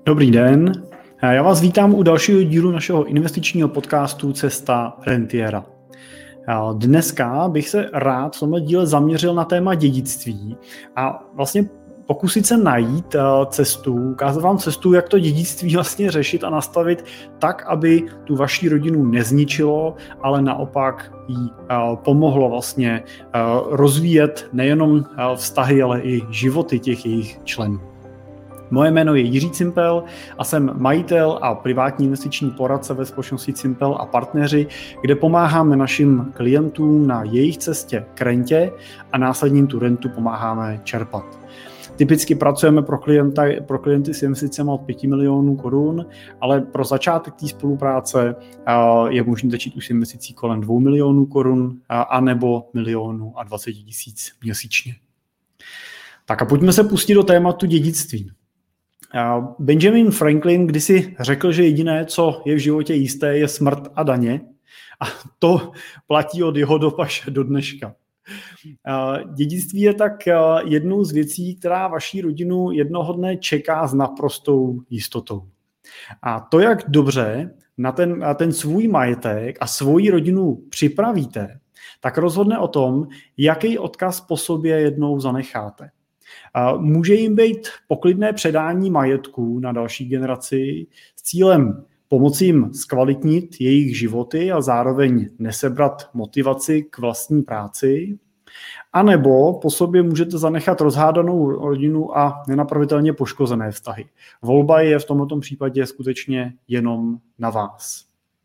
Dobrý den, já vás vítám u dalšího dílu našeho investičního podcastu Cesta rentiera. Dneska bych se rád v tomhle díle zaměřil na téma dědictví a vlastně pokusit se najít cestu, ukázat vám cestu, jak to dědictví vlastně řešit a nastavit tak, aby tu vaši rodinu nezničilo, ale naopak jí pomohlo vlastně rozvíjet nejenom vztahy, ale i životy těch jejich členů. Moje jméno je Jiří Cimpel a jsem majitel a privátní investiční poradce ve společnosti Cimpel a partneři, kde pomáháme našim klientům na jejich cestě k rentě a následně jim tu rentu pomáháme čerpat. Typicky pracujeme pro klienty s investicemi od 5 milionů korun, ale pro začátek té spolupráce je možné začít už s investicí kolem 2 milionů korun anebo 1 20 000 měsíčně. Tak a pojďme se pustit do tématu dědictví. Benjamin Franklin kdysi řekl, že jediné, co je v životě jisté, je smrt a daně. A to platí od jeho dob až do dneška. Dědictví je tak jednou z věcí, která vaši rodinu jednoho dne čeká s naprostou jistotou. A to, jak dobře na ten svůj majetek a svoji rodinu připravíte, tak rozhodne o tom, jaký odkaz po sobě jednou zanecháte. Může jim být poklidné předání majetku na další generaci s cílem pomoci jim zkvalitnit jejich životy a zároveň nesebrat motivaci k vlastní práci, anebo po sobě můžete zanechat rozhádanou rodinu a nenapravitelně poškozené vztahy. Volba je v tomto případě skutečně jenom na vás.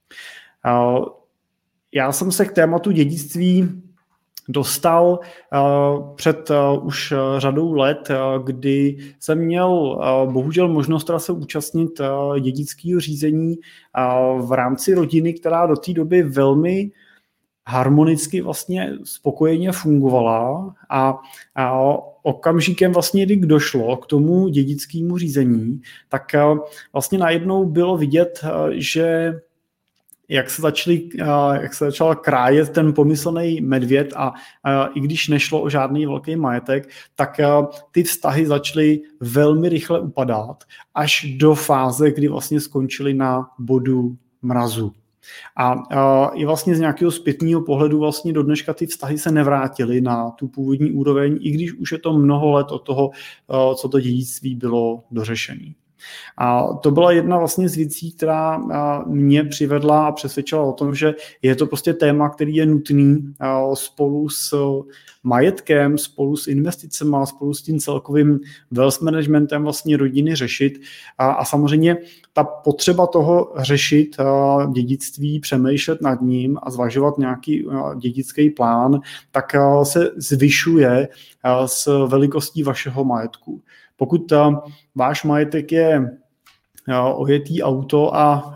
Já jsem se k tématu dědictví dostal před už řadou let, kdy jsem měl bohužel možnost se účastnit dědického řízení v rámci rodiny, která do té doby velmi harmonicky vlastně spokojeně fungovala a okamžikem vlastně, kdy došlo k tomu dědickému řízení, tak vlastně najednou bylo vidět, že jak se začal krájet ten pomyslný medvěd a i když nešlo o žádný velký majetek, tak ty vztahy začaly velmi rychle upadat až do fáze, kdy vlastně skončily na bodu mrazu. A i vlastně z nějakého zpětného pohledu vlastně do dneška ty vztahy se nevrátily na tu původní úroveň, i když už je to mnoho let od toho, co to dědictví bylo dořešené. A to byla jedna vlastně z věcí, která mě přivedla a přesvědčila o tom, že je to prostě téma, který je nutný spolu s majetkem, spolu s investicemi, spolu s tím celkovým wealth managementem vlastně rodiny řešit. A samozřejmě ta potřeba toho řešit dědictví, přemýšlet nad ním a zvažovat nějaký dědický plán, tak se zvyšuje s velikostí vašeho majetku. Pokud váš majetek je ojetý auto a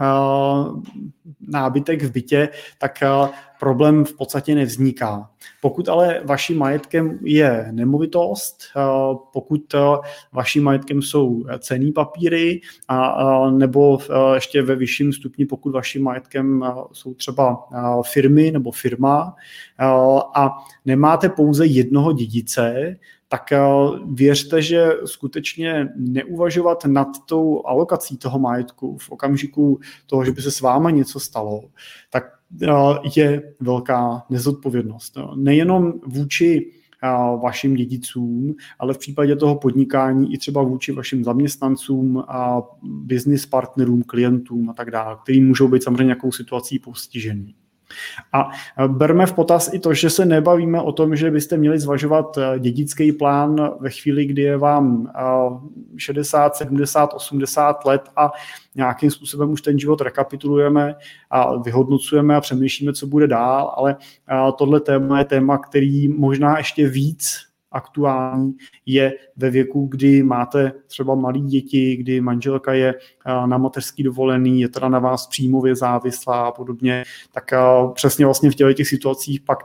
nábytek v bytě, tak problém v podstatě nevzniká. Pokud ale vaším majetkem je nemovitost, pokud vaším majetkem jsou cenné papíry nebo ještě ve vyšším stupni, pokud vaším majetkem jsou třeba firmy nebo firma a nemáte pouze jednoho dědice, tak věřte, že skutečně neuvažovat nad tou alokací toho majetku v okamžiku toho, že by se s váma něco stalo, tak je velká nezodpovědnost. Nejenom vůči vašim dědicům, ale v případě toho podnikání i třeba vůči vašim zaměstnancům a business partnerům, klientům a tak dále, kteří můžou být samozřejmě nějakou situací postižený. A berme v potaz i to, že se nebavíme o tom, že byste měli zvažovat dědický plán ve chvíli, kdy je vám 60, 70, 80 let a nějakým způsobem už ten život rekapitulujeme a vyhodnocujeme a přemýšlíme, co bude dál, ale tohle téma je téma, který možná ještě víc aktuální je ve věku, kdy máte třeba malé děti, kdy manželka je na mateřský dovolený, je teda na vás příjmově závislá a podobně, tak přesně vlastně v těch situacích pak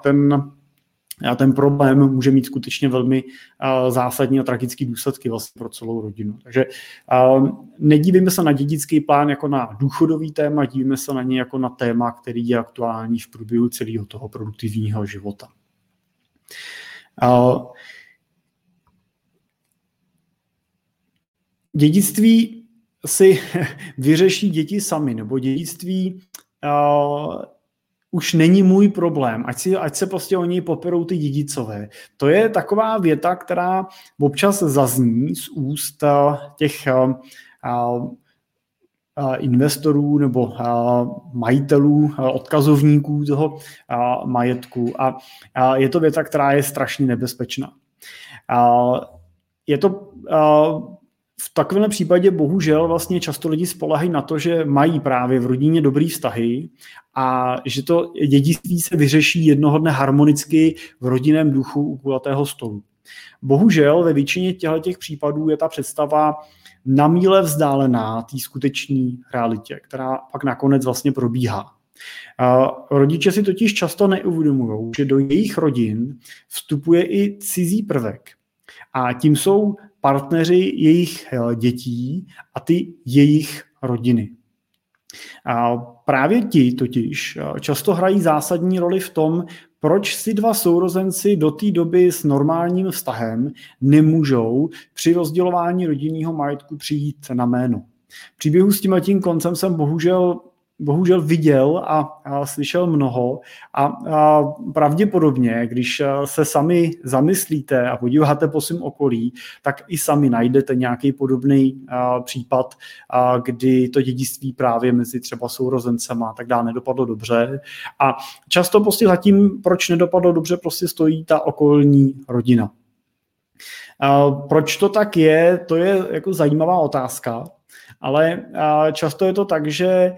ten problém může mít skutečně velmi zásadní a tragické důsledky vlastně pro celou rodinu. Takže nedívejme se na dědický plán jako na důchodový téma, dívejme se na něj jako na téma, který je aktuální v průběhu celého toho produktivního života. Dědictví si vyřeší děti sami, nebo dědictví už není můj problém, ať se prostě o něj poperou ty dědicové. To je taková věta, která občas zazní z úst těch investorů nebo majitelů, odkazovníků toho majetku. A je to věta, která je strašně nebezpečná. Je to v takovém případě bohužel vlastně často lidi spoléhají na to, že mají právě v rodině dobrý vztahy a že to dědictví se vyřeší jednoho dne harmonicky v rodinném duchu u kulatého stolu. Bohužel ve většině těchto případů je ta představa na míle vzdálená té skutečné realitě, která pak nakonec vlastně probíhá. Rodiče si totiž často neuvědomují, že do jejich rodin vstupuje i cizí prvek. A tím jsou partneři jejich dětí a ty jejich rodiny. A právě ti totiž často hrají zásadní roli v tom, proč si dva sourozenci do té doby s normálním vztahem nemůžou při rozdělování rodinného majetku přijít na jméno. Příběhu s tím koncem jsem bohužel viděl a slyšel mnoho a pravděpodobně, když se sami zamyslíte a podíváte po svém okolí, tak i sami najdete nějaký podobný případ, kdy to dědictví právě mezi třeba sourozencema a tak dále nedopadlo dobře. A často prostě zatím, proč nedopadlo dobře, prostě stojí ta okolní rodina. Proč to tak je, to je jako zajímavá otázka, ale často je to tak, že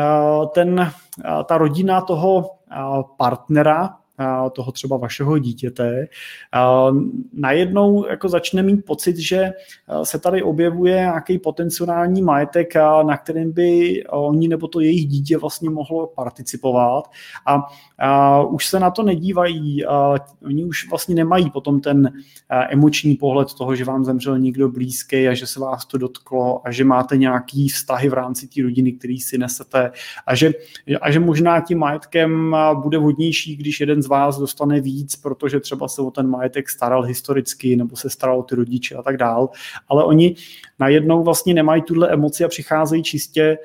ta rodina toho partnera, toho třeba vašeho dítěte, najednou jako začne mít pocit, že se tady objevuje nějaký potenciální majetek, na kterém by oni nebo to jejich dítě vlastně mohlo participovat a už se na to nedívají, oni už vlastně nemají potom ten emoční pohled toho, že vám zemřel někdo blízký a že se vás to dotklo a že máte nějaký vztahy v rámci té rodiny, který si nesete a že možná tím majetkem bude vhodnější, když jeden z vás dostane víc, protože třeba se o ten majetek staral historicky nebo se staral o ty rodiče a tak dál, ale oni najednou vlastně nemají tuhle emoci a přicházejí čistě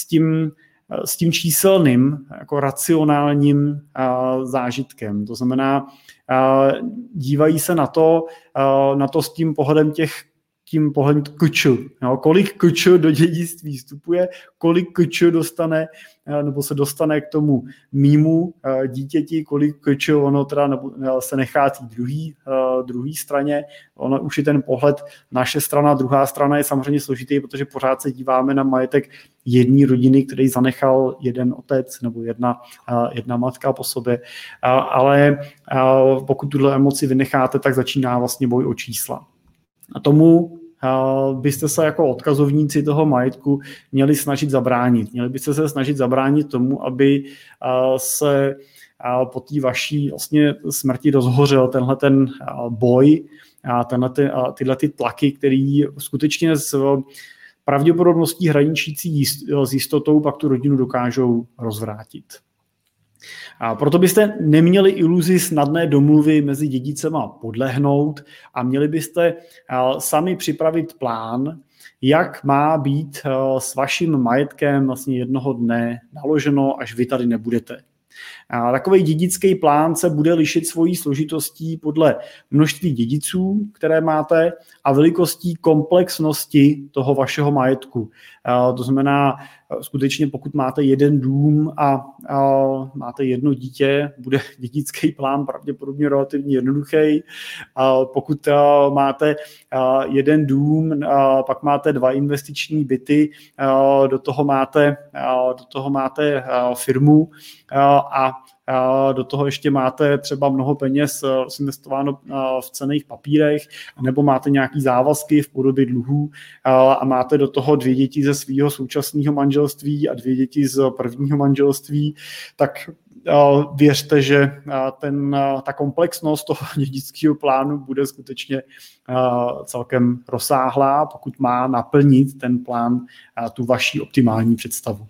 s tím číselným, jako racionálním zážitkem. To znamená, dívají se na to s tím pohledem tím pohledem kuču. No, kolik kuču do dědictví vstupuje, kolik kuču dostane, nebo se dostane k tomu mýmu dítěti, kolik kuču ono teda se nechá té druhé straně. Ono už je ten pohled naše strana, druhá strana je samozřejmě složitý, protože pořád se díváme na majetek jedné rodiny, který zanechal jeden otec nebo jedna matka po sobě. Ale pokud tuhle emoci vynecháte, tak začíná vlastně boj o čísla. A tomu byste se jako odkazovníci toho majetku měli snažit zabránit. Měli byste se snažit zabránit tomu, aby se po té vaší vlastně smrti rozhořel tenhle ten boj a tyhle ty tlaky, který skutečně s pravděpodobností hraničící s jistotou pak tu rodinu dokážou rozvrátit. A proto byste neměli iluzi snadné domluvy mezi dědicema podlehnout a měli byste sami připravit plán, jak má být s vaším majetkem vlastně jednoho dne naloženo, až vy tady nebudete. A takový dědický plán se bude lišit svojí složitostí podle množství dědiců, které máte, a velikostí komplexnosti toho vašeho majetku. To znamená, skutečně pokud máte jeden dům a máte jedno dítě, bude dědický plán pravděpodobně relativně jednoduchý. Pokud máte jeden dům, pak máte 2 investiční byty, do toho máte firmu a do toho ještě máte třeba mnoho peněz investováno v cenných papírech, nebo máte nějaký závazky v podobě dluhů a máte do toho 2 děti ze svého současného manželství a 2 děti z prvního manželství, tak věřte, že ta komplexnost toho dědického plánu bude skutečně celkem rozsáhlá, pokud má naplnit ten plán tu vaši optimální představu.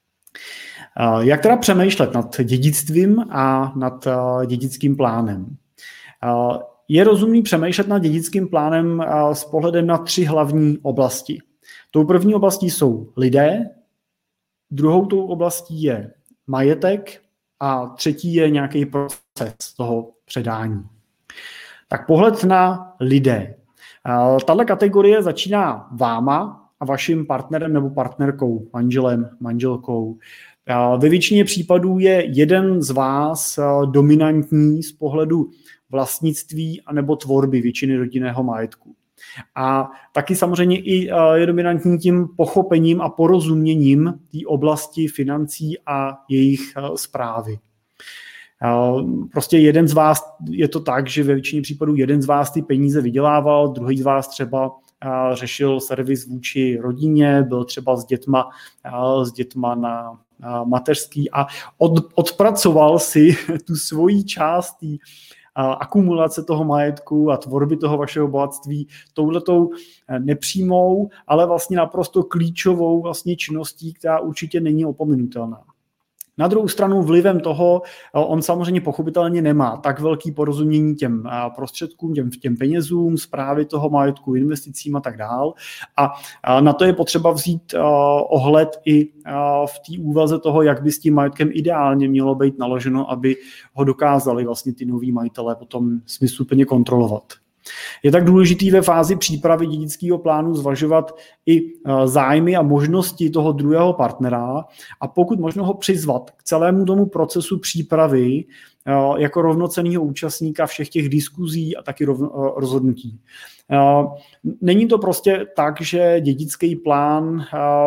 Jak teda přemýšlet nad dědictvím a nad dědickým plánem? Je rozumný přemýšlet nad dědickým plánem s pohledem na 3 hlavní oblasti. Tou první oblastí jsou lidé, druhou tou oblastí je majetek a třetí je nějaký proces toho předání. Tak pohled na lidé. Tato kategorie začíná váma a vaším partnerem nebo partnerkou, manželem, manželkou. Ve většině případů je jeden z vás dominantní z pohledu vlastnictví anebo tvorby většiny rodinného majetku. A taky samozřejmě i je dominantní tím pochopením a porozuměním té oblasti financí a jejich správy. Prostě jeden z vás, je to tak, že ve většině případů jeden z vás ty peníze vydělával, druhý z vás třeba řešil servis vůči rodině, byl třeba s dětma na mateřský a odpracoval si tu svoji část akumulace toho majetku a tvorby toho vašeho bohatství touhletou nepřímou, ale vlastně naprosto klíčovou vlastně činností, která určitě není opominutelná. Na druhou stranu vlivem toho on samozřejmě pochopitelně nemá tak velký porozumění těm prostředkům, těm penězům, správy toho majetku, investicím a tak dál. A na to je potřeba vzít ohled i v té úvaze toho, jak by s tím majetkem ideálně mělo být naloženo, aby ho dokázali vlastně ty noví majitelé potom smysluplně kontrolovat. Je tak důležitý ve fázi přípravy dědického plánu zvažovat i zájmy a možnosti toho druhého partnera a pokud možno ho přizvat k celému tomu procesu přípravy jako rovnocennýho účastníka všech těch diskuzí a taky rozhodnutí. Není to prostě tak, že dědický plán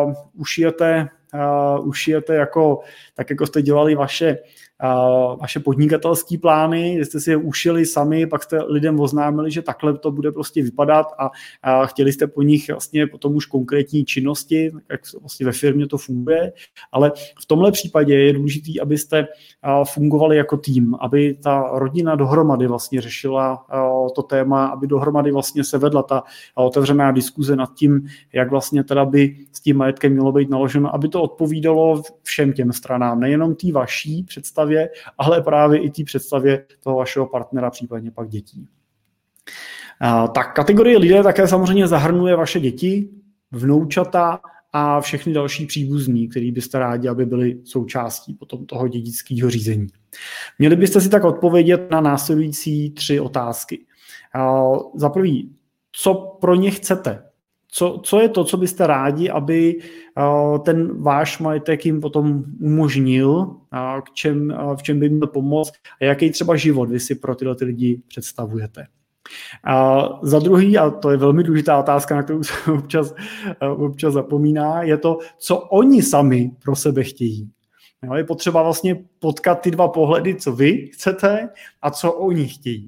ušijete tak jako jste dělali vaše podnikatelské plány, že jste si je ušili sami, pak jste lidem oznámili, že takhle to bude prostě vypadat a chtěli jste po nich vlastně potom už konkrétní činnosti, jak vlastně ve firmě to funguje, ale v tomhle případě je důležité, abyste fungovali jako tým, aby ta rodina dohromady vlastně řešila to téma, aby dohromady vlastně se vedla ta otevřená diskuze nad tím, jak vlastně teda by s tím majetkem mělo být naloženo, aby to odpovídalo všem těm stranám, nejenom té vaší představě, ale právě i té představě toho vašeho partnera, případně pak dětí. Tak kategorie lidé také samozřejmě zahrnuje vaše děti, vnoučata a všechny další příbuzní, který byste rádi, aby byli součástí potom toho dědického řízení. Měli byste si tak odpovědět na následující 3 otázky. Za prvý, co pro ně chcete? Co je to, co byste rádi, aby ten váš majetek jim potom umožnil, v čem by měl pomoct a jaký třeba život vy si pro tyhle lidi představujete? Za druhý, a to je velmi důležitá otázka, na kterou se občas zapomíná, je to, co oni sami pro sebe chtějí. Je potřeba vlastně potkat ty 2 pohledy, co vy chcete a co oni chtějí.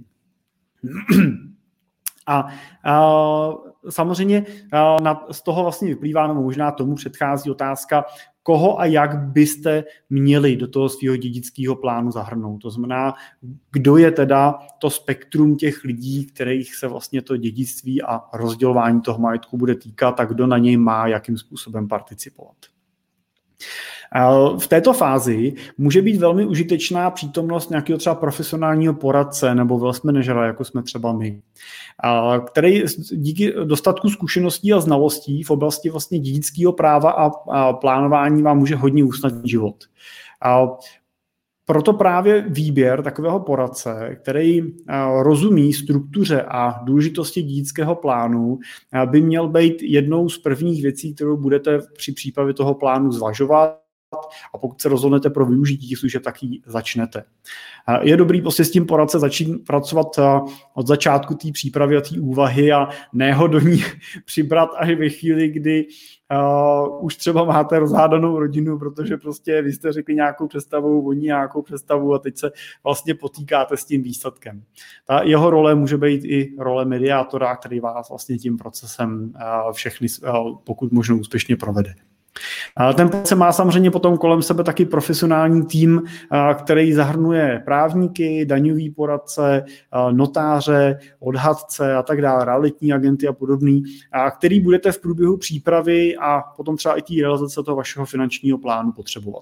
A samozřejmě z toho vlastně vyplývá, nebo možná tomu předchází otázka, koho a jak byste měli do toho svého dědického plánu zahrnout. To znamená, kdo je teda to spektrum těch lidí, kterých se vlastně to dědictví a rozdělování toho majetku bude týkat a kdo na něj má jakým způsobem participovat. V této fázi může být velmi užitečná přítomnost nějakého třeba profesionálního poradce nebo wealth managera, jako jsme třeba my, který díky dostatku zkušeností a znalostí v oblasti vlastně dědického práva a plánování vám může hodně usnadnit život. Proto právě výběr takového poradce, který rozumí struktuře a důležitosti dědického plánu, by měl být jednou z prvních věcí, kterou budete při přípravě toho plánu zvažovat. A pokud se rozhodnete pro využití těch služeb, tak ji začnete. Je dobrý prostě s tím poradce začít pracovat od začátku té přípravy a té úvahy a ne ho do ní přibrat až ve chvíli, kdy už třeba máte rozhádanou rodinu, protože prostě vy jste řekli nějakou představu, oni nějakou představu a teď se vlastně potýkáte s tím výsledkem. Ta jeho role může být i role mediátora, který vás vlastně tím procesem všechny pokud možno úspěšně provede. Ten poradce má samozřejmě potom kolem sebe taky profesionální tým, který zahrnuje právníky, daňový poradce, notáře, odhadce a tak dále, realitní agenty a podobný, který budete v průběhu přípravy a potom třeba i té realizace toho vašeho finančního plánu potřebovat.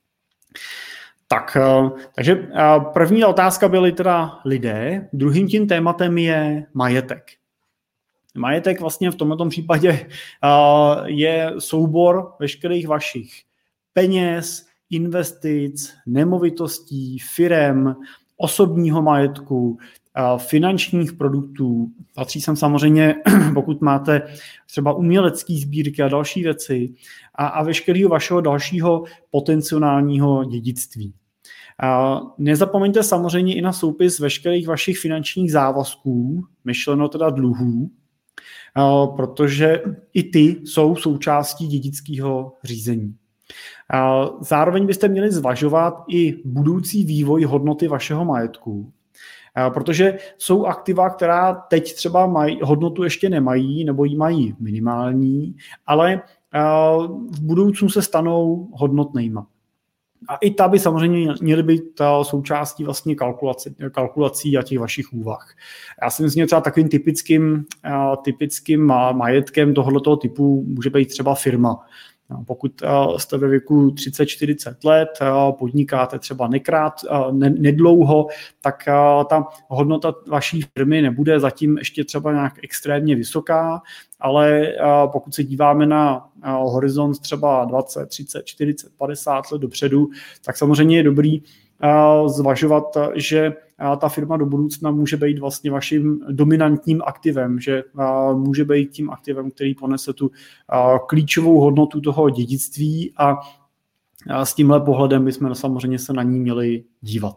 Takže první otázka byly teda lidé, druhým tím tématem je majetek. Majetek vlastně v tomto případě je soubor veškerých vašich peněz, investic, nemovitostí, firem, osobního majetku, finančních produktů. Patří sem samozřejmě, pokud máte třeba umělecké sbírky a další věci a veškerého vašeho dalšího potenciálního dědictví. Nezapomeňte samozřejmě i na soupis veškerých vašich finančních závazků, myšleno teda dluhů, protože i ty jsou součástí dědického řízení. Zároveň byste měli zvažovat i budoucí vývoj hodnoty vašeho majetku, protože jsou aktiva, která teď třeba hodnotu ještě nemají nebo ji mají minimální, ale v budoucnu se stanou hodnotnejma. A i ta by samozřejmě měly být součástí vlastně kalkulací a těch vašich úvah. Já si myslím, že třeba takovým typickým majetkem tohoto typu může být třeba firma. Pokud jste ve věku 30-40 let, podnikáte třeba nedlouho, tak ta hodnota vaší firmy nebude zatím ještě třeba nějak extrémně vysoká, ale pokud se díváme na horizont třeba 20, 30, 40, 50 let dopředu, tak samozřejmě je dobrý zvažovat, že ta firma do budoucna může být vlastně vaším dominantním aktivem, že může být tím aktivem, který ponese tu klíčovou hodnotu toho dědictví a s tímhle pohledem bychom samozřejmě se na ní měli dívat.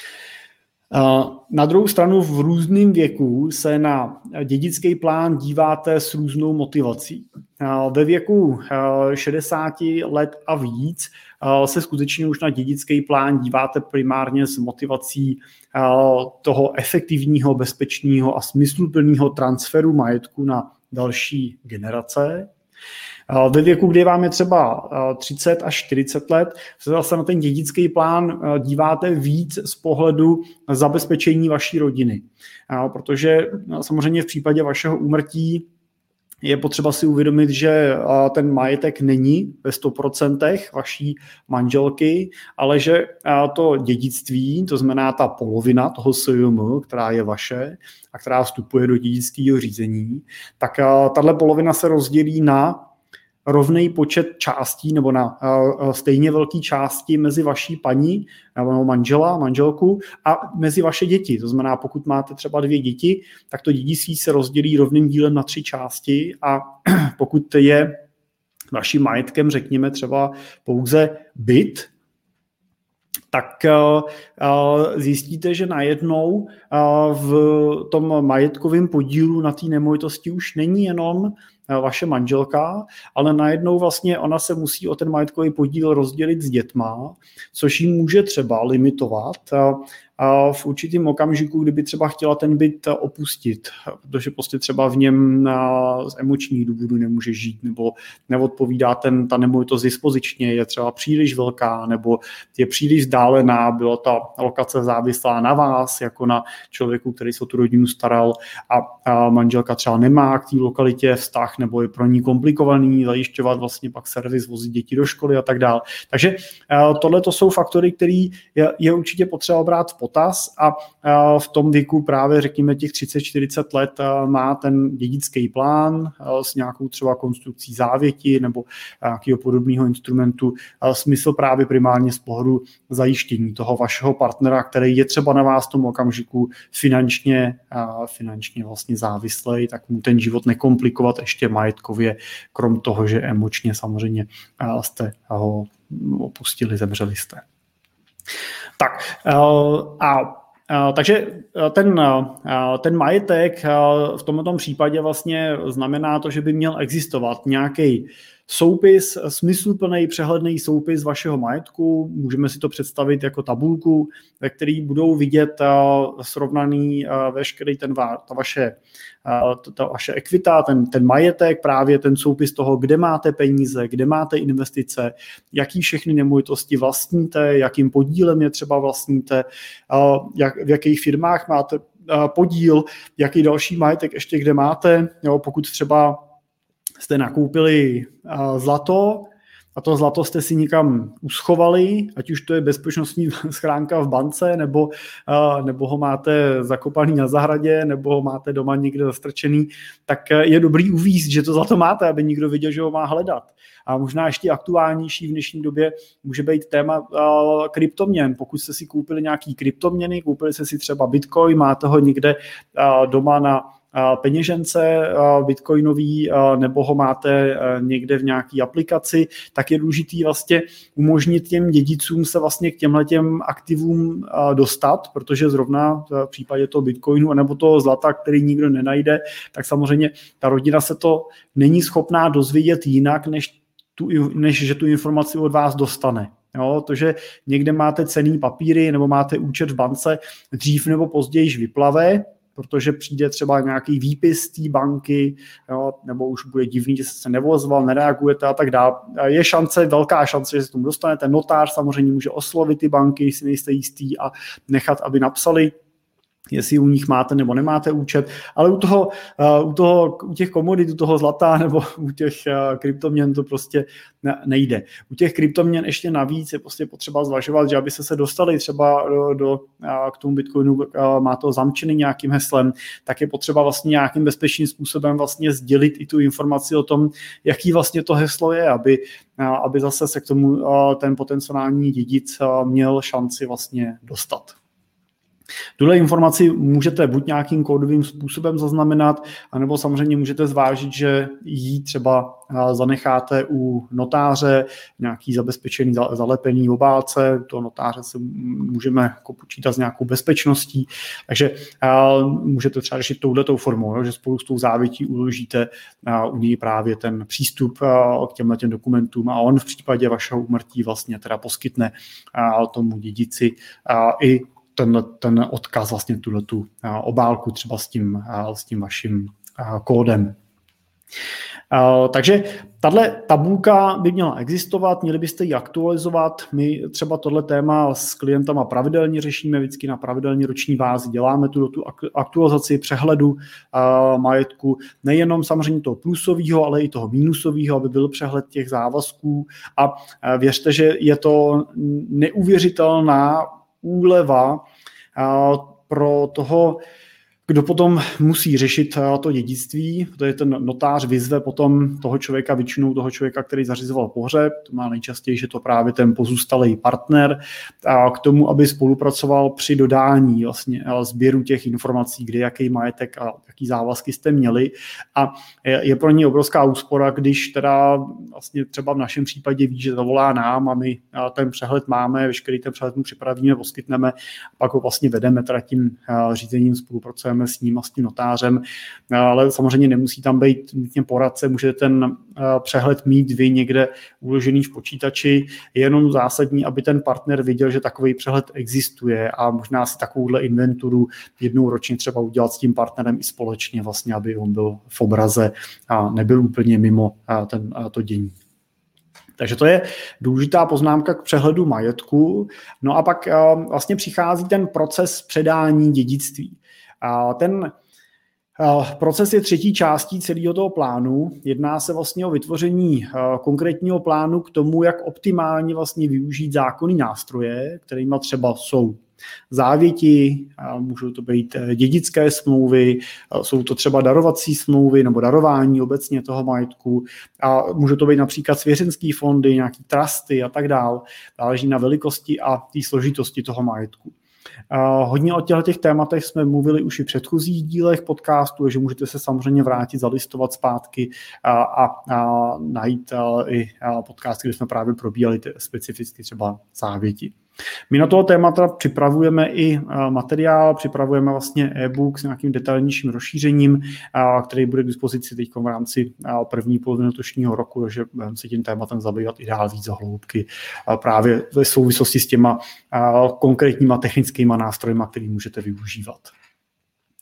Na druhou stranu v různém věku se na dědický plán díváte s různou motivací. Ve věku 60 let a víc se skutečně už na dědický plán díváte primárně s motivací toho efektivního, bezpečného a smysluplného transferu majetku na další generace. Ve věku, kdy vám je třeba 30 až 40 let, se zase na ten dědický plán díváte víc z pohledu zabezpečení vaší rodiny. Protože samozřejmě v případě vašeho úmrtí je potřeba si uvědomit, že ten majetek není ve 100% vaší manželky, ale že to dědictví, to znamená ta polovina toho SJM, která je vaše a která vstupuje do dědického řízení, tak tahle polovina se rozdělí na rovný počet částí nebo na stejně velké části mezi vaší paní nebo manželku a mezi vaše děti. To znamená, pokud máte třeba 2 děti, tak to dědictví se rozdělí rovným dílem na 3 části a pokud je vaším majetkem, řekněme třeba pouze byt, tak zjistíte, že najednou v tom majetkovém podílu na té nemovitosti už není jenom vaše manželka, ale najednou vlastně ona se musí o ten majetkový podíl rozdělit s dětma, což jí může třeba limitovat v určitém okamžiku, kdyby třeba chtěla ten byt opustit, protože prostě třeba v něm z emočních důvodů nemůže žít, nebo neodpovídá ta nemovitost dispozičně, je třeba příliš velká, nebo je příliš vzdálená, byla ta lokace závislá na vás, jako na člověku, který se o tu rodinu staral a manželka třeba nemá k té lokalitě vztah, nebo je pro ní komplikovaný zajišťovat vlastně pak servis, vozit děti do školy a tak dále. Takže tohle to jsou faktory, které je určitě potřeba brát v potaz a v tom věku právě řekněme těch 30-40 let má ten dědický plán s nějakou třeba konstrukcí závěti nebo nějakého podobného instrumentu smysl právě primárně z pohledu zajištění toho vašeho partnera, který je třeba na vás v tom okamžiku finančně vlastně závislý, tak mu ten život nekomplikovat ještě majetkově, krom toho, že emočně samozřejmě jste ho opustili, zemřeli jste. Tak takže ten majetek v tomto případě vlastně znamená to, že by měl existovat nějaký soupis, smysluplný, přehledný soupis vašeho majetku. Můžeme si to představit jako tabulku, ve který budou vidět srovnaný veškerý ta vaše ekvita, ten majetek, právě ten soupis toho, kde máte peníze, kde máte investice, jaký všechny nemovitosti vlastníte, jakým podílem je třeba vlastníte, v jakých firmách máte podíl, jaký další majetek ještě kde máte, pokud třeba jste nakoupili zlato, a to zlato jste si někam uschovali, ať už to je bezpečnostní schránka v bance, nebo ho máte zakopaný na zahradě, nebo ho máte doma někde zastrčený, tak je dobrý uvízt, že to zlato máte, aby nikdo viděl, že ho má hledat. A možná ještě aktuálnější v dnešní době může být téma kryptoměn. Pokud jste si koupili nějaký kryptoměny, koupili jste si třeba Bitcoin, máte ho někde doma na peněžence bitcoinový, nebo ho máte někde v nějaké aplikaci, tak je důležitý vlastně umožnit těm dědicům se vlastně k těmhletěm aktivům dostat, protože zrovna v případě toho bitcoinu nebo toho zlata, který nikdo nenajde, tak samozřejmě ta rodina se to není schopná dozvědět jinak, než že tu informaci od vás dostane. Jo, to, že někde máte cenný papíry nebo máte účet v bance, dřív nebo později vyplave, protože přijde třeba nějaký výpis z té banky, jo, nebo už bude divný, že se neozval, nereagujete a tak dále. Je velká šance, že se tomu dostanete. Notář samozřejmě může oslovit ty banky, když si nejste jistý, a nechat, aby napsali, jestli u nich máte nebo nemáte účet, ale u těch komodit, u toho zlata nebo u těch kryptoměn to prostě nejde. U těch kryptoměn ještě navíc je prostě potřeba zvažovat, že aby se dostali třeba k tomu Bitcoinu, má to zamčený nějakým heslem, tak je potřeba vlastně nějakým bezpečným způsobem vlastně sdělit i tu informaci o tom, jaký vlastně to heslo je, aby zase se k tomu ten potenciální dědic měl šanci vlastně dostat. Tuhle informaci můžete buď nějakým kódovým způsobem zaznamenat, anebo samozřejmě můžete zvážit, že ji třeba zanecháte u notáře, nějaký zabezpečený, zalepený v obálce, toho notáře se můžeme počítat s nějakou bezpečností, takže můžete třeba řešit touhletou formou, že spolu s tou závětí uložíte u něj právě ten přístup k těmhle dokumentům a on v případě vašeho úmrtí vlastně teda poskytne tomu dědici i ten odkaz, vlastně tu obálku třeba s tím vaším kódem. Takže tahle tabulka by měla existovat, měli byste ji aktualizovat. My třeba tohle téma s klientama pravidelně řešíme, vždycky na pravidelně roční bázi děláme tu aktualizaci přehledu majetku, nejenom samozřejmě toho plusového, ale i toho mínusového, aby byl přehled těch závazků. A věřte, že je to neuvěřitelná úleva pro toho, kdo potom musí řešit to dědictví, protože ten notář vyzve potom toho člověka, většinou toho člověka, který zařizoval pohřeb, to má nejčastěji, že to právě ten pozůstalý partner, k tomu, aby spolupracoval při dodání vlastně sběru těch informací, kde jaký majetek a jaký závazky jste měli. A je pro ně obrovská úspora, když teda vlastně třeba v našem případě ví, že zavolá nám a my ten přehled máme, veškerý ten přehled mu připravíme, poskytneme, a pak ho vlastně vedeme teda tím řízením, spolupracujeme s ním a s tím notářem, ale samozřejmě nemusí tam být nutně poradce, můžete ten přehled mít vy někde uložený v počítači, je jenom zásadní, aby ten partner viděl, že takový přehled existuje a možná si takovouhle inventuru jednou ročně třeba udělat s tím partnerem i společně, vlastně, aby on byl v obraze a nebyl úplně mimo to dění. Takže to je důležitá poznámka k přehledu majetku. No a pak vlastně přichází ten proces předání dědictví. Ten proces je třetí částí celého toho plánu. Jedná se vlastně o vytvoření konkrétního plánu k tomu, jak optimálně vlastně využít zákonné nástroje, kterými třeba jsou závěti, můžou to být dědické smlouvy, jsou to třeba darovací smlouvy nebo darování obecně toho majetku a můžou to být například svěřenský fondy, nějaký trusty a tak dál. Záleží na velikosti a té složitosti toho majetku. Hodně o těchto tématech jsme mluvili už i v předchozích dílech podcastu, že můžete se samozřejmě vrátit, zalistovat zpátky a najít i podcasty, kde jsme právě probíhali specificky třeba závěti. My na toho témata připravujeme i materiál, připravujeme vlastně e-book s nějakým detailnějším rozšířením, který bude k dispozici teď v rámci první poloviny letošního roku, takže budeme se tím tématem zabývat i dál víc hloubky právě ve souvislosti s těma konkrétníma technickýma nástrojima, který můžete využívat.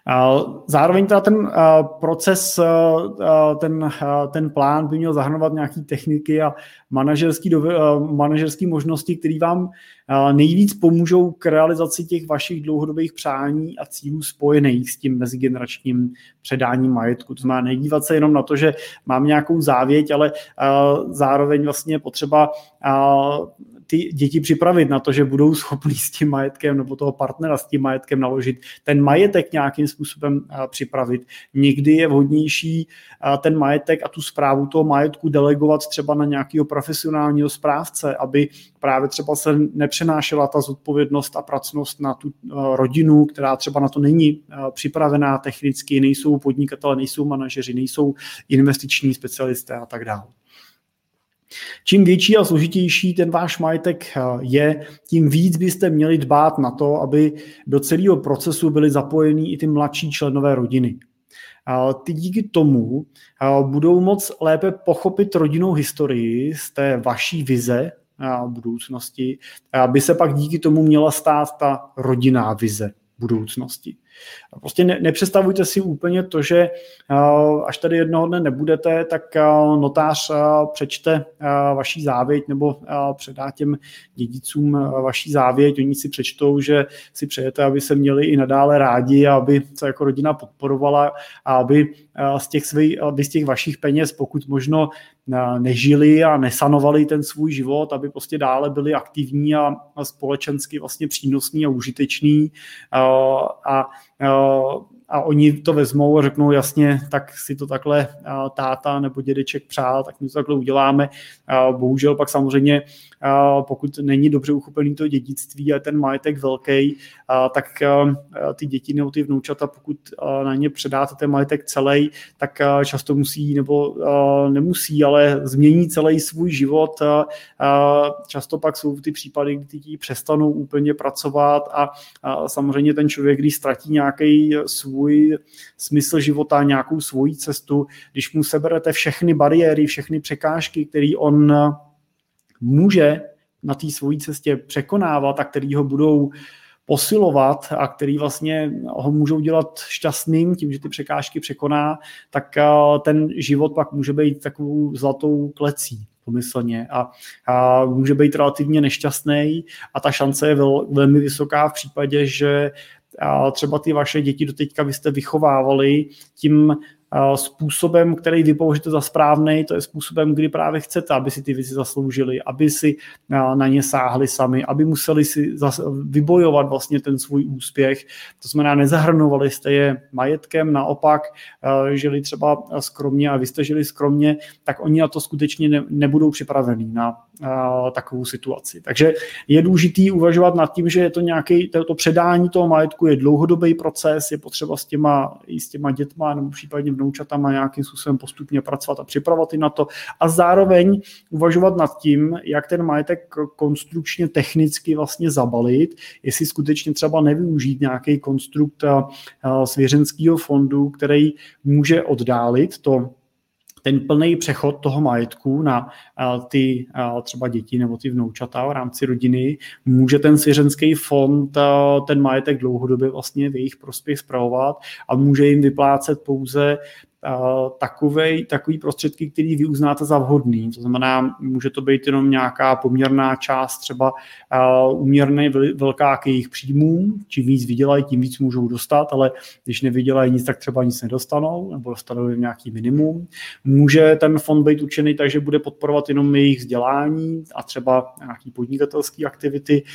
Zároveň teda ten proces, ten plán by měl zahrnovat nějaké techniky a manažerské možnosti, které vám nejvíc pomůžou k realizaci těch vašich dlouhodobých přání a cílů spojených s tím mezigeneračním předáním majetku. To znamená nedívat se jenom na to, že mám nějakou závěť, ale zároveň vlastně potřeba ty děti připravit na to, že budou schopní s tím majetkem nebo toho partnera s tím majetkem naložit, ten majetek nějakým způsobem připravit. Někdy je vhodnější ten majetek a tu správu toho majetku delegovat třeba na nějakého profesionálního správce, aby právě třeba se nepřenášela ta zodpovědnost a pracnost na tu rodinu, která třeba na to není připravená technicky, nejsou podnikatelé, nejsou manažeři, nejsou investiční specialisté a tak dále. Čím větší a složitější ten váš majetek je, tím víc byste měli dbát na to, aby do celého procesu byli zapojení i ty mladší členové rodiny. Ty díky tomu budou moc lépe pochopit rodinnou historii z té vaší vize budoucnosti, aby se pak díky tomu měla stát ta rodinná vize budoucnosti. Prostě nepředstavujte si úplně to, že až tady jednoho dne nebudete, tak notář přečte vaší závěť nebo předá těm dědicům vaší závěť. Oni si přečtou, že si přejete, aby se měli i nadále rádi a aby se jako rodina podporovala a aby z těch vašich peněz pokud možno nežili a nesanovali ten svůj život, aby prostě dále byli aktivní a společensky vlastně přínosní a užiteční a oni to vezmou a řeknou jasně, tak si to takhle táta nebo dědeček přál, tak my to takhle uděláme. Bohužel pak samozřejmě, pokud není dobře uchopený to dědictví a ten majetek velký, tak ty děti nebo ty vnoučata, pokud na ně předáte ten majetek celý, tak často musí nebo nemusí, ale změní celý svůj život. Často pak jsou ty případy, kdy ty děti přestanou úplně pracovat a samozřejmě ten člověk, když ztratí nějaký svůj smysl života, nějakou svoji cestu, když mu seberete všechny bariéry, všechny překážky, které on může na té svojí cestě překonávat a který ho budou posilovat a který vlastně ho můžou dělat šťastným tím, že ty překážky překoná, tak ten život pak může být takovou zlatou klecí pomyslně a může být relativně nešťastný a ta šance je velmi vysoká v případě, že třeba ty vaše děti doteďka vy jste vychovávali tím způsobem, který vy považujete za správný, to je způsobem, kdy právě chcete, aby si ty věci zasloužili, aby si na ně sáhli sami, aby museli si vybojovat vlastně ten svůj úspěch. To znamená, nezahrnovali jste je majetkem, naopak žili třeba skromně a vy jste žili skromně, tak oni na to skutečně nebudou připravení na takovou situaci. Takže je důležitý uvažovat nad tím, že je to to předání toho majetku je dlouhodobý proces, je potřeba s těma dětma nebo případně vnoučatama nějakým způsobem postupně pracovat a připravovat i na to a zároveň uvažovat nad tím, jak ten majetek konstrukčně technicky vlastně zabalit, jestli skutečně třeba nevyužít nějaký konstrukt svěřenského fondu, který může oddálit ten plný přechod toho majetku na ty třeba děti nebo ty vnoučata v rámci rodiny, může ten svěřenský fond ten majetek dlouhodobě vlastně v jejich prospěch spravovat a může jim vyplácet pouze takový prostředky, který vy uznáte za vhodný. To znamená, může to být jenom nějaká poměrná část, třeba úměrně velká k jejich příjmům. Čím víc vydělají, tím víc můžou dostat, ale když nevydělají nic, tak třeba nic nedostanou, nebo dostanou jen nějaký minimum. Může ten fond být určený tak, že bude podporovat jenom jejich vzdělání a třeba nějaký podnikatelské aktivity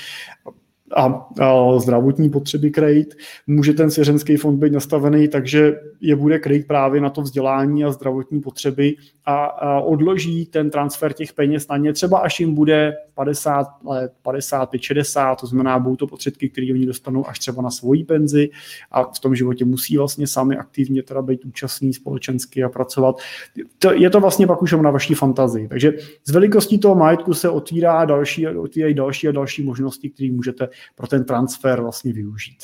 a zdravotní potřeby krejt. Může ten svěřenský fond být nastavený, takže je bude krejt právě na to vzdělání a zdravotní potřeby a odloží ten transfer těch peněz na ně třeba až jim bude 50 let, 55, 60, to znamená, budou to prostředky, které oni dostanou až třeba na svoji penzi a v tom životě musí vlastně sami aktivně teda být účastní společensky a pracovat. Je to vlastně pak už na vaší fantazii. Takže z velikostí toho majetku se otvírají další a další možnosti, které můžete pro ten transfer vlastně využít.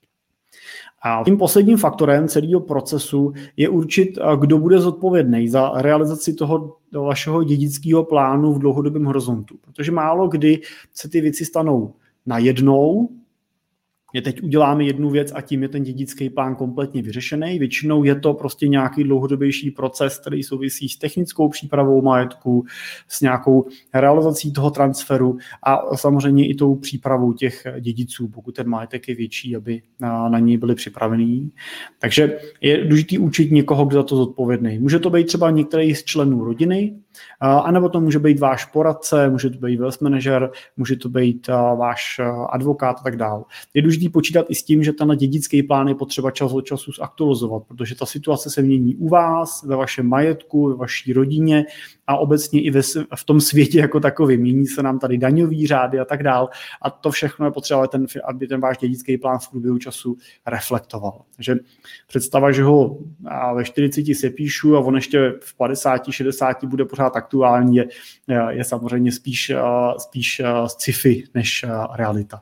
A tím posledním faktorem celého procesu je určit, kdo bude zodpovědný za realizaci toho vašeho dědického plánu v dlouhodobém horizontu. Protože málo kdy se ty věci stanou najednou že teď uděláme jednu věc a tím je ten dědický plán kompletně vyřešený. Většinou je to prostě nějaký dlouhodobější proces, který souvisí s technickou přípravou majetku, s nějakou realizací toho transferu a samozřejmě i tou přípravou těch dědiců, pokud ten majetek je větší, aby na něj byli připravení. Takže je důležitý učit někoho, kdo za to zodpovědný. Může to být třeba některý z členů rodiny, anebo to může být váš poradce, může to být wealth manager, může to být váš advokát a tak dále. Je důležitý počítat i s tím, že ten dědický plán je potřeba čas od času zaktualizovat, protože ta situace se mění u vás, ve vašem majetku, ve vaší rodině a obecně i v tom světě jako takový. Mění se nám tady daňový řády a tak dále a to všechno je potřeba, aby ten váš dědický plán v průběhu času reflektoval. Takže představa, že ho ve 40 sepíšu a on ještě v 50, 60 bude pořád aktuální, je samozřejmě spíš sci-fi než realita.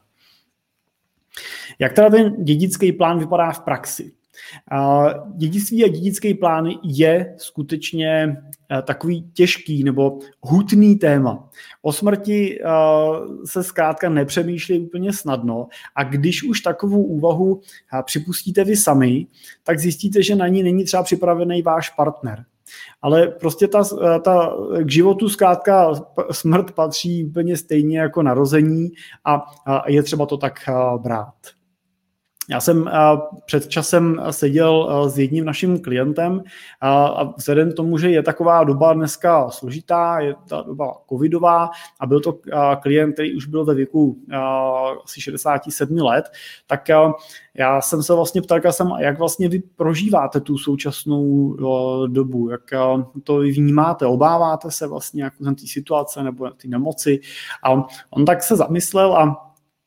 Jak teda ten dědický plán vypadá v praxi? Dědictví a dědický plán je skutečně takový těžký nebo hutný téma. O smrti se zkrátka nepřemýšlí úplně snadno a když už takovou úvahu připustíte vy sami, tak zjistíte, že na ní není třeba připravený váš partner. Ale prostě k životu zkrátka smrt patří úplně stejně jako narození a je třeba to tak brát. Já jsem před časem seděl s jedním naším klientem a vzhledem k tomu, že je taková doba dneska složitá, je ta doba covidová a byl to klient, který už byl ve věku asi 67 let, tak já jsem se vlastně ptal, jak vlastně vy prožíváte tu současnou dobu, jak to vnímáte, obáváte se vlastně jako té situace nebo té nemoci. A on tak se zamyslel a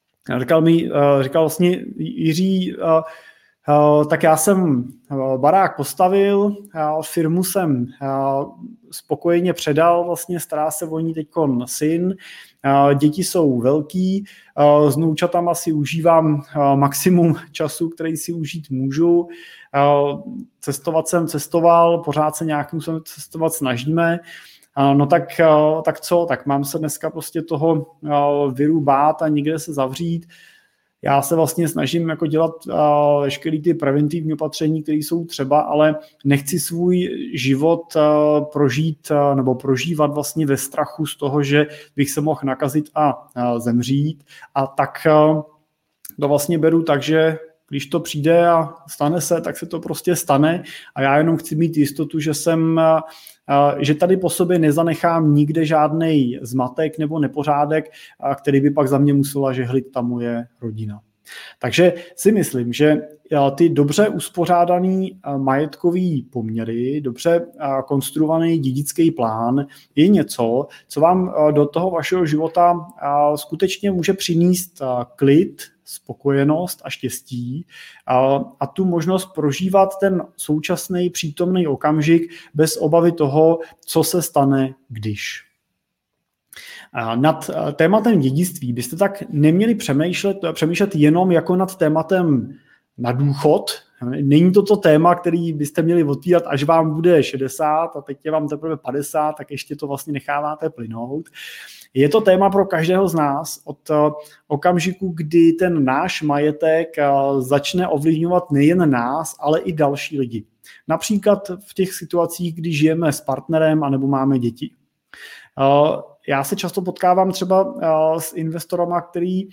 říkal vlastně Jiří, tak já jsem barák postavil, firmu jsem spokojeně předal, vlastně stará se o ní teďkon syn, děti jsou velký, s vnoučatama si užívám maximum času, který si užít můžu, cestovat jsem cestoval, pořád se nějakým způsobem cestovat snažíme. No tak co, tak mám se dneska prostě toho viru bát a někde se zavřít. Já se vlastně snažím jako dělat veškeré ty preventivní opatření, které jsou třeba, ale nechci svůj život prožít nebo prožívat vlastně ve strachu z toho, že bych se mohl nakazit a zemřít. A tak to vlastně beru tak, že když to přijde a stane se, tak se to prostě stane a já jenom chci mít jistotu, že tady po sobě nezanechám nikde žádnej zmatek nebo nepořádek, který by pak za mě musela žehlit ta moje rodina. Takže si myslím, že ty dobře uspořádaný majetkový poměry, dobře konstruovaný dědický plán je něco, co vám do toho vašeho života skutečně může přinést klid, spokojenost a štěstí a tu možnost prožívat ten současný přítomný okamžik bez obavy toho, co se stane, když. Nad tématem dědictví byste tak neměli přemýšlet jenom jako nad tématem na důchod. Není to téma, který byste měli otvírat, až vám bude 60 a teď je vám teprve 50, tak ještě to vlastně necháváte plynout. Je to téma pro každého z nás od okamžiku, kdy ten náš majetek začne ovlivňovat nejen nás, ale i další lidi. Například v těch situacích, kdy žijeme s partnerem anebo máme děti. Já se často potkávám třeba s investorama, kteří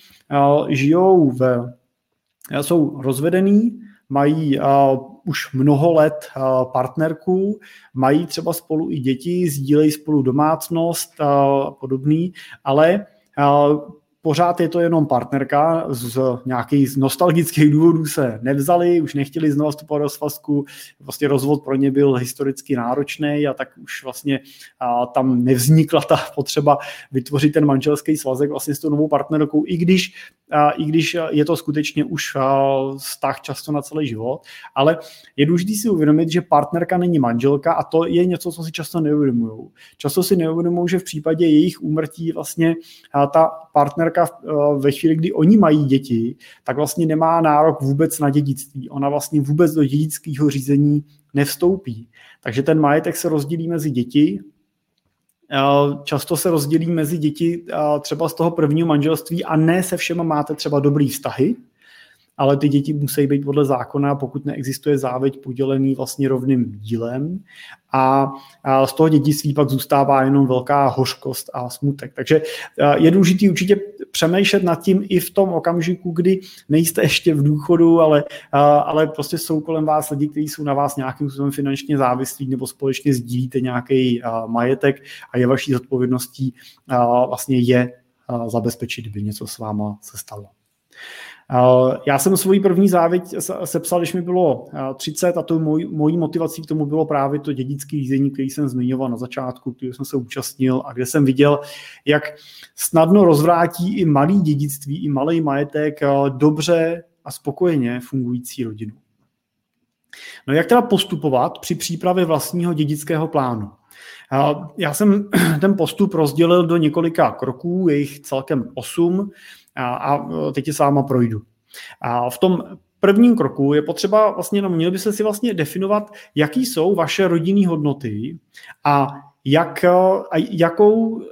jsou rozvedení, mají už mnoho let partnerku, mají třeba spolu i děti, sdílejí spolu domácnost a podobný, ale pořád je to jenom partnerka, z nějakých nostalgických důvodů se nevzali, už nechtěli znovu vstupovat do svazku, vlastně rozvod pro ně byl historicky náročný a tak už vlastně tam nevznikla ta potřeba vytvořit ten manželský svazek vlastně s tou novou partnerkou, i když je to skutečně už vztah často na celý život, ale je důležité si uvědomit, že partnerka není manželka a to je něco, co si často neuvědomují. Často si neuvědomují, že v případě jejich úmrtí vlastně ta partnerka ve chvíli, kdy oni mají děti, tak vlastně nemá nárok vůbec na dědictví. Ona vlastně vůbec do dědického řízení nevstoupí. Takže ten majetek se rozdělí mezi děti. Často se rozdělí mezi děti třeba z toho prvního manželství a ne se všema máte třeba dobrý vztahy. ale ty děti musí být podle zákona, pokud neexistuje závěť, podělený vlastně rovným dílem a z toho dědictví pak zůstává jenom velká hořkost a smutek. Takže je důležité určitě přemýšlet nad tím i v tom okamžiku, kdy nejste ještě v důchodu, ale prostě jsou kolem vás lidi, kteří jsou na vás nějakým způsobem finančně závislí nebo společně sdílíte nějaký majetek a je vaší zodpovědností vlastně je zabezpečit, kdyby něco s váma se stalo. Já jsem svoji první závěť sepsal, když mi bylo 30 a tou mojí motivací k tomu bylo právě to dědické řízení, který jsem zmiňoval na začátku, který jsem se účastnil a kde jsem viděl, jak snadno rozvrátí i malý dědictví, i malý majetek dobře a spokojeně fungující rodinu. No jak teda postupovat při přípravě vlastního dědického plánu? Já jsem ten postup rozdělil do několika kroků, je jich celkem 8 a teď je s váma projdu. A v tom prvním kroku je potřeba vlastně, měli byste si vlastně definovat, jaký jsou vaše rodinné hodnoty a jakou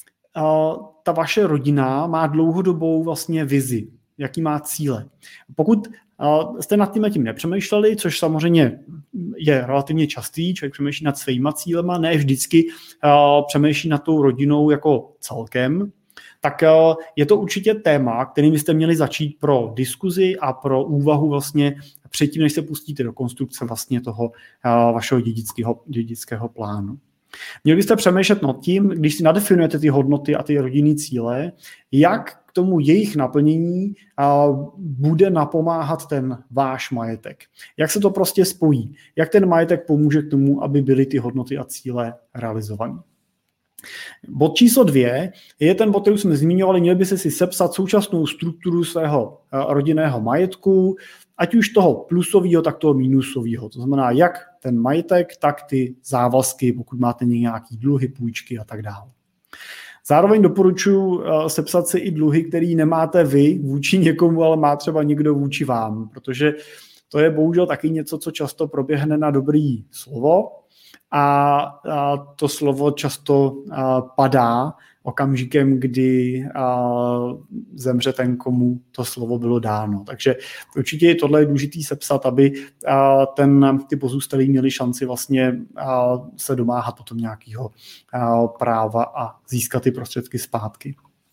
ta vaše rodina má dlouhodobou vlastně vizi, jaký má cíle. Pokud jste nad tím nepřemýšleli, což samozřejmě je relativně častý, člověk přemýšlí nad svýma cílema, ne vždycky přemýšlí nad tou rodinou jako celkem, tak je to určitě téma, kterým byste měli začít pro diskuzi a pro úvahu vlastně předtím, než se pustíte do konstrukce vlastně toho vašeho dědického plánu. Měli byste přemýšlet nad tím, když si nadefinujete ty hodnoty a ty rodinné cíle, jak k tomu jejich naplnění bude napomáhat ten váš majetek. Jak se to prostě spojí. Jak ten majetek pomůže k tomu, aby byly ty hodnoty a cíle realizované. Bod číslo 2 je ten bod, který jsme zmiňovali, měli byste si sepsat současnou strukturu svého rodinného majetku, ať už toho plusového, tak toho minusového. To znamená, jak ten majetek, tak ty závazky, pokud máte nějaké dluhy, půjčky a tak dále. Zároveň doporučuji sepsat si i dluhy, který nemáte vy vůči někomu, ale má třeba někdo vůči vám, protože to je bohužel taky něco, co často proběhne na dobrý slovo a to slovo často padá okamžikem, kdy zemře ten, komu to slovo bylo dáno. Takže určitě tohle je důležitý sepsat, aby ty pozůstalí měli šanci vlastně se domáhat potom nějakého práva a získat ty prostředky zpátky.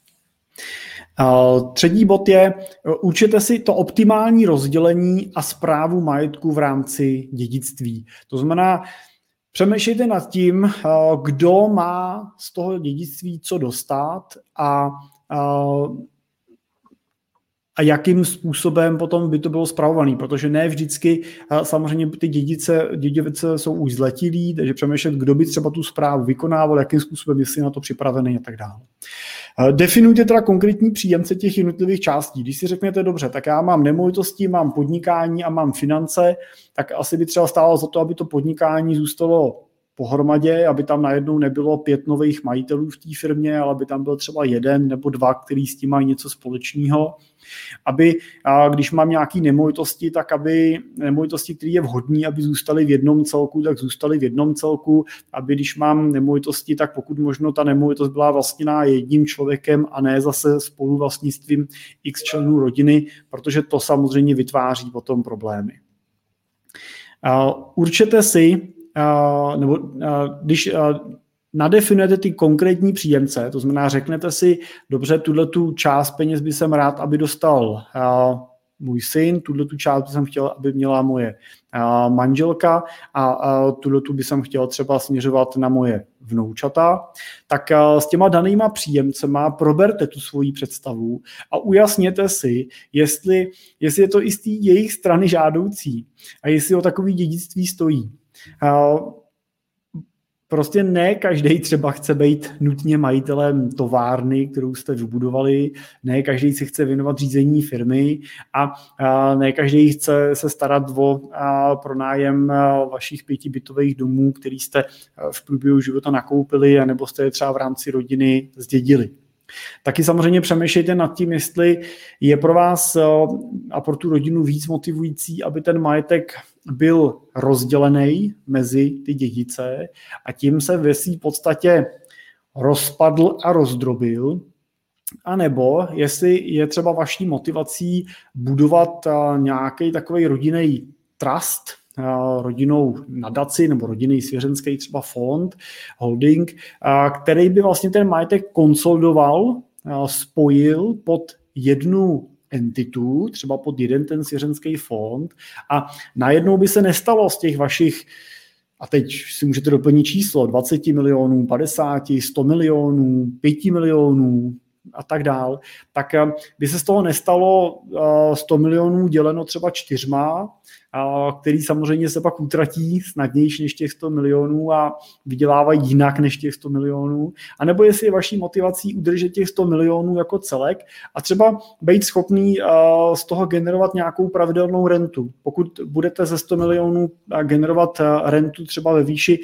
Třetí bod je, určete si to optimální rozdělení a správu majetku v rámci dědictví. To znamená, přemýšlejte nad tím, kdo má z toho dědictví co dostat a jakým způsobem potom by to bylo spravované, protože ne vždycky samozřejmě ty dědice jsou už zletilí, takže přemýšlet, kdo by třeba tu správu vykonával, jakým způsobem, jestli na to připravený a tak dále. Definujte teda konkrétní příjemce těch jednotlivých částí. Když si řeknete, dobře, tak já mám nemovitosti, mám podnikání a mám finance, tak asi by třeba stálo za to, aby to podnikání zůstalo pohromadě, aby tam najednou nebylo 5 nových majitelů v té firmě, ale aby tam byl třeba 1 nebo 2, který s tím mají něco společného. Aby, když mám nějaké nemovitosti, tak aby nemovitosti, které je vhodné, aby zůstaly v jednom celku, tak zůstaly v jednom celku. Aby když mám nemovitosti, tak pokud možno ta nemovitost byla vlastněná jedním člověkem a ne zase spoluvlastnictvím x členů rodiny, protože to samozřejmě vytváří potom problémy. Určete si, když nadefinujete ty konkrétní příjemce, to znamená, řeknete si, dobře, tu část peněz by jsem rád, aby dostal můj syn, tu část by jsem chtěl, aby měla moje manželka a tu by jsem chtěl třeba směřovat na moje vnoučata, tak s těma danýma příjemcema proberte tu svoji představu a ujasněte si, jestli je to i z té jejich strany žádoucí a jestli o takový dědictví stojí. Prostě ne každý třeba chce být nutně majitelem továrny, kterou jste vybudovali, ne každý si chce věnovat řízení firmy a ne každý chce se starat o pronájem vašich 5bytových domů, který jste v průběhu života nakoupili, anebo jste je třeba v rámci rodiny zdědili. Taky samozřejmě přemýšlejte nad tím, jestli je pro vás a pro tu rodinu víc motivující, aby ten majetek byl rozdělený mezi ty dědice a tím se ve své podstatě rozpadl a rozdrobil, A nebo jestli je třeba vaší motivací budovat nějaký takový rodinný trust, rodinnou nadaci nebo rodinný svěřenský třeba fond, holding, který by vlastně ten majetek konsolidoval, spojil pod jednu entitu, třeba pod jeden ten svěřenský fond a najednou by se nestalo z těch vašich, a teď si můžete doplnit číslo, 20 milionů, 50, 100 milionů, 5 milionů a tak dál, tak by se z toho nestalo 100 milionů děleno třeba 4, který samozřejmě se pak utratí snadnější než těch 100 milionů a vydělávají jinak než těch 100 milionů. A nebo jestli je vaší motivací udržet těch 100 milionů jako celek a třeba být schopný z toho generovat nějakou pravidelnou rentu. Pokud budete ze 100 milionů generovat rentu třeba ve výši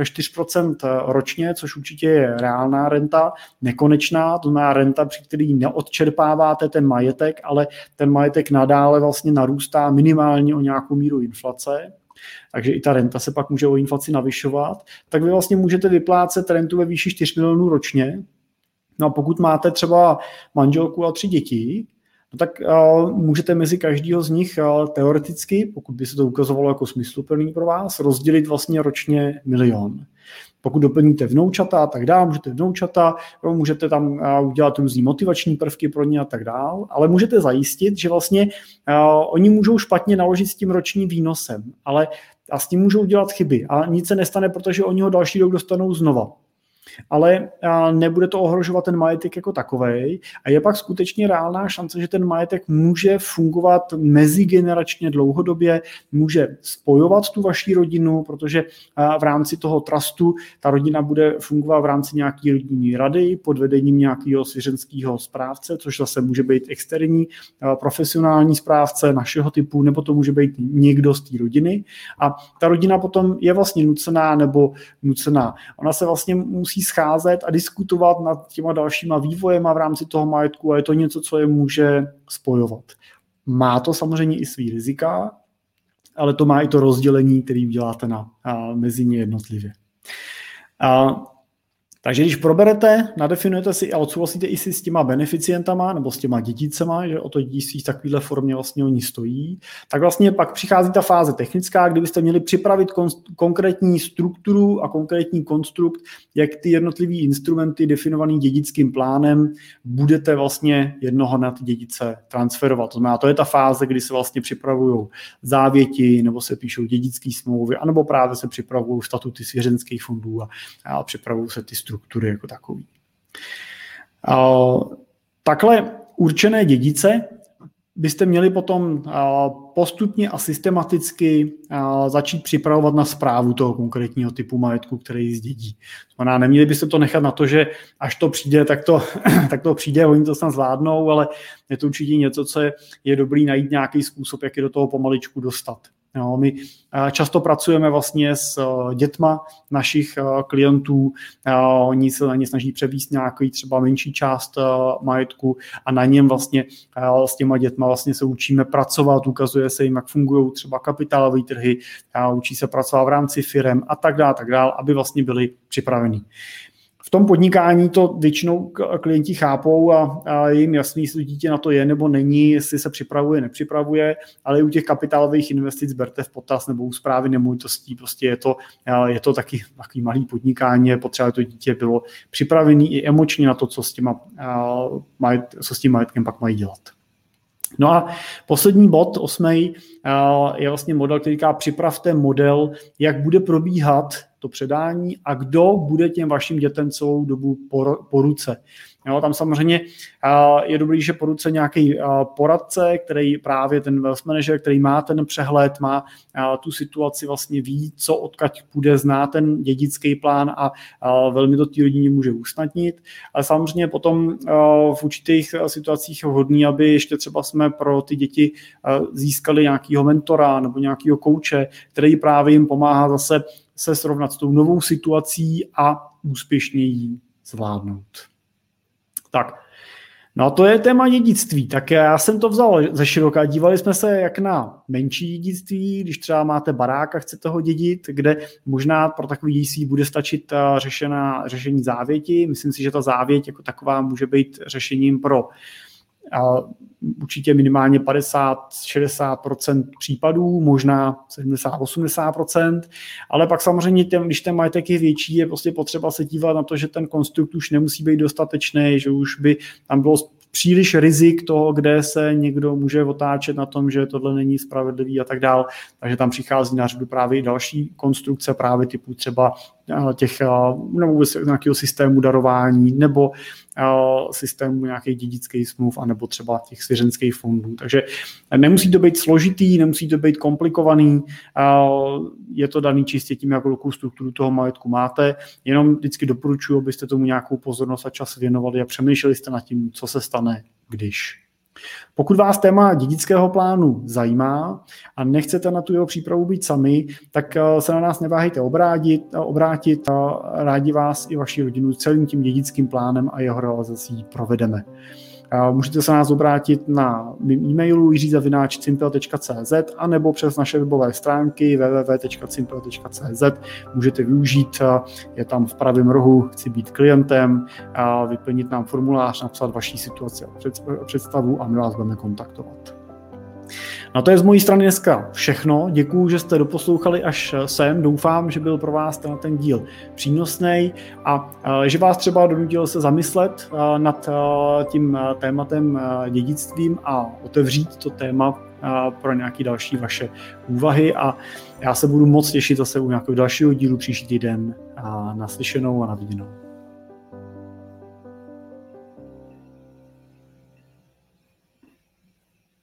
4% ročně, což určitě je reálná renta, nekonečná, to znamená renta, při který neodčerpáváte ten majetek, ale ten majetek nadále vlastně narůstá minimálně o nějakou míru inflace, takže i ta renta se pak může o inflaci navyšovat, tak vy vlastně můžete vyplácet rentu ve výši 4 milionů ročně. No a pokud máte třeba manželku a 3 děti, no tak můžete mezi každého z nich teoreticky, pokud by se to ukazovalo jako smysluplný pro vás, rozdělit vlastně ročně 1 milion. Pokud doplníte vnoučata a tak dále, můžete tam udělat různý motivační prvky pro ně a tak dále, ale můžete zajistit, že vlastně oni můžou špatně naložit s tím ročním výnosem, ale a s tím můžou dělat chyby a nic se nestane, protože oni ho další rok dostanou znova. Ale nebude to ohrožovat ten majetek jako takovej a je pak skutečně reálná šance, že ten majetek může fungovat mezigeneračně dlouhodobě, může spojovat tu vaši rodinu, protože v rámci toho trustu ta rodina bude fungovat v rámci nějaké rodinné rady pod vedením nějakého svěřenského správce, což zase může být externí profesionální správce našeho typu, nebo to může být někdo z té rodiny a ta rodina potom je vlastně nucená. Ona se vlastně musí scházet a diskutovat nad těma dalšíma vývojema v rámci toho majetku a je to něco, co je může spojovat. Má to samozřejmě i svý rizika, ale to má i to rozdělení, který uděláte mezi ně jednotlivě. Takže když proberete, nadefinujete si a odsouhlasíte i si s těma beneficientama nebo s těma dědicema, že o to dědictví v takovéhle formě vlastně oni stojí, tak vlastně pak přichází ta fáze technická, kdy byste měli připravit konkrétní strukturu a konkrétní konstrukt, jak ty jednotlivé instrumenty definované dědickým plánem budete vlastně jednoho na ty dědice transferovat. To znamená, to je ta fáze, kdy se vlastně připravují závěti nebo se píšou dědické smlouvy, anebo právě se připravují statuty svěřenských fondů a připravují se ty struktury jako takový. Takhle určené dědice byste měli potom postupně a systematicky začít připravovat na správu toho konkrétního typu majetku, který zdědí. Znamená, neměli byste to nechat na to, že až to přijde, tak to přijde, oni to snad zvládnou, ale je to určitě něco, co je dobrý najít nějaký způsob, jak je do toho pomaličku dostat. Jo, my často pracujeme vlastně s dětma našich klientů, oni se na ně snaží převést nějaký třeba menší část majetku a na něm vlastně s těma dětma vlastně se učíme pracovat, ukazuje se jim, jak fungují třeba kapitálové trhy, učí se pracovat v rámci firem a tak dále, aby vlastně byli připraveni. V tom podnikání to většinou klienti chápou a je jim jasný, jestli dítě na to je nebo není, jestli se připravuje, nepřipravuje, ale i u těch kapitálových investic berte v potaz nebo u správy nemovitostí, prostě je to taky takový malý podnikání, je potřeba, aby to dítě bylo připravené i emočně na to, co s tím majetkem pak mají dělat. No a poslední bod, 8. je vlastně model, který říká připravte model, jak bude probíhat to předání a kdo bude těm vašim dětem celou dobu po ruce. Jo, tam samozřejmě je dobrý, že po ruce nějaký poradce, který právě ten wealth manager, který má ten přehled, má tu situaci, vlastně ví, co odkud půjde, zná ten dědický plán a velmi to té rodině může usnadnit. Ale samozřejmě potom v určitých situacích je vhodný, aby ještě třeba jsme pro ty děti získali nějakého mentora nebo nějakého kouče, který právě jim pomáhá zase se srovnat s tou novou situací a úspěšně ji zvládnout. Tak, No a to je téma dědictví, tak já jsem to vzal ze široka. Dívali jsme se jak na menší dědictví, když třeba máte barák a chcete ho dědit, kde možná pro takový dědictví bude stačit řešení závěti. Myslím si, že ta závěť jako taková může být řešením pro určitě minimálně 50-60% případů, možná 70-80%, ale pak samozřejmě, když ten majetek je větší, je prostě potřeba se dívat na to, že ten konstrukt už nemusí být dostatečný, že už by tam bylo příliš rizik toho, kde se někdo může otáčet na tom, že tohle není spravedlivý a tak dál, takže tam přichází na řadu právě i další konstrukce právě typu třeba těch nebo nějakého systému darování nebo systému nějakých dědických smluv anebo třeba těch svěřenských fondů. Takže nemusí to být složitý, nemusí to být komplikovaný, je to daný čistě tím, jakou strukturu toho majetku máte, jenom vždycky doporučuji, abyste tomu nějakou pozornost a čas věnovali a přemýšleli jste nad tím, co se stane, když. Pokud vás téma dědického plánu zajímá a nechcete na tu jeho přípravu být sami, tak se na nás neváhejte obrátit a rádi vás i vaši rodinu celým tím dědickým plánem a jeho realizací provedeme. Můžete se nás obrátit na mým e-mailu jiří@cimpel.cz a nebo přes naše webové stránky www.cimpel.cz. Můžete využít, je tam v pravém rohu, chci být klientem, vyplnit nám formulář, napsat vaší situaci a představu a my vás budeme kontaktovat. No to je z mojí strany dneska všechno. Děkuju, že jste doposlouchali až sem. Doufám, že byl pro vás ten díl přínosný a že vás třeba donutil se zamyslet nad tím tématem dědictvím a otevřít to téma pro nějaké další vaše úvahy a já se budu moc těšit zase u nějakého dalšího dílu příští týden. Naslyšenou a na viděnou.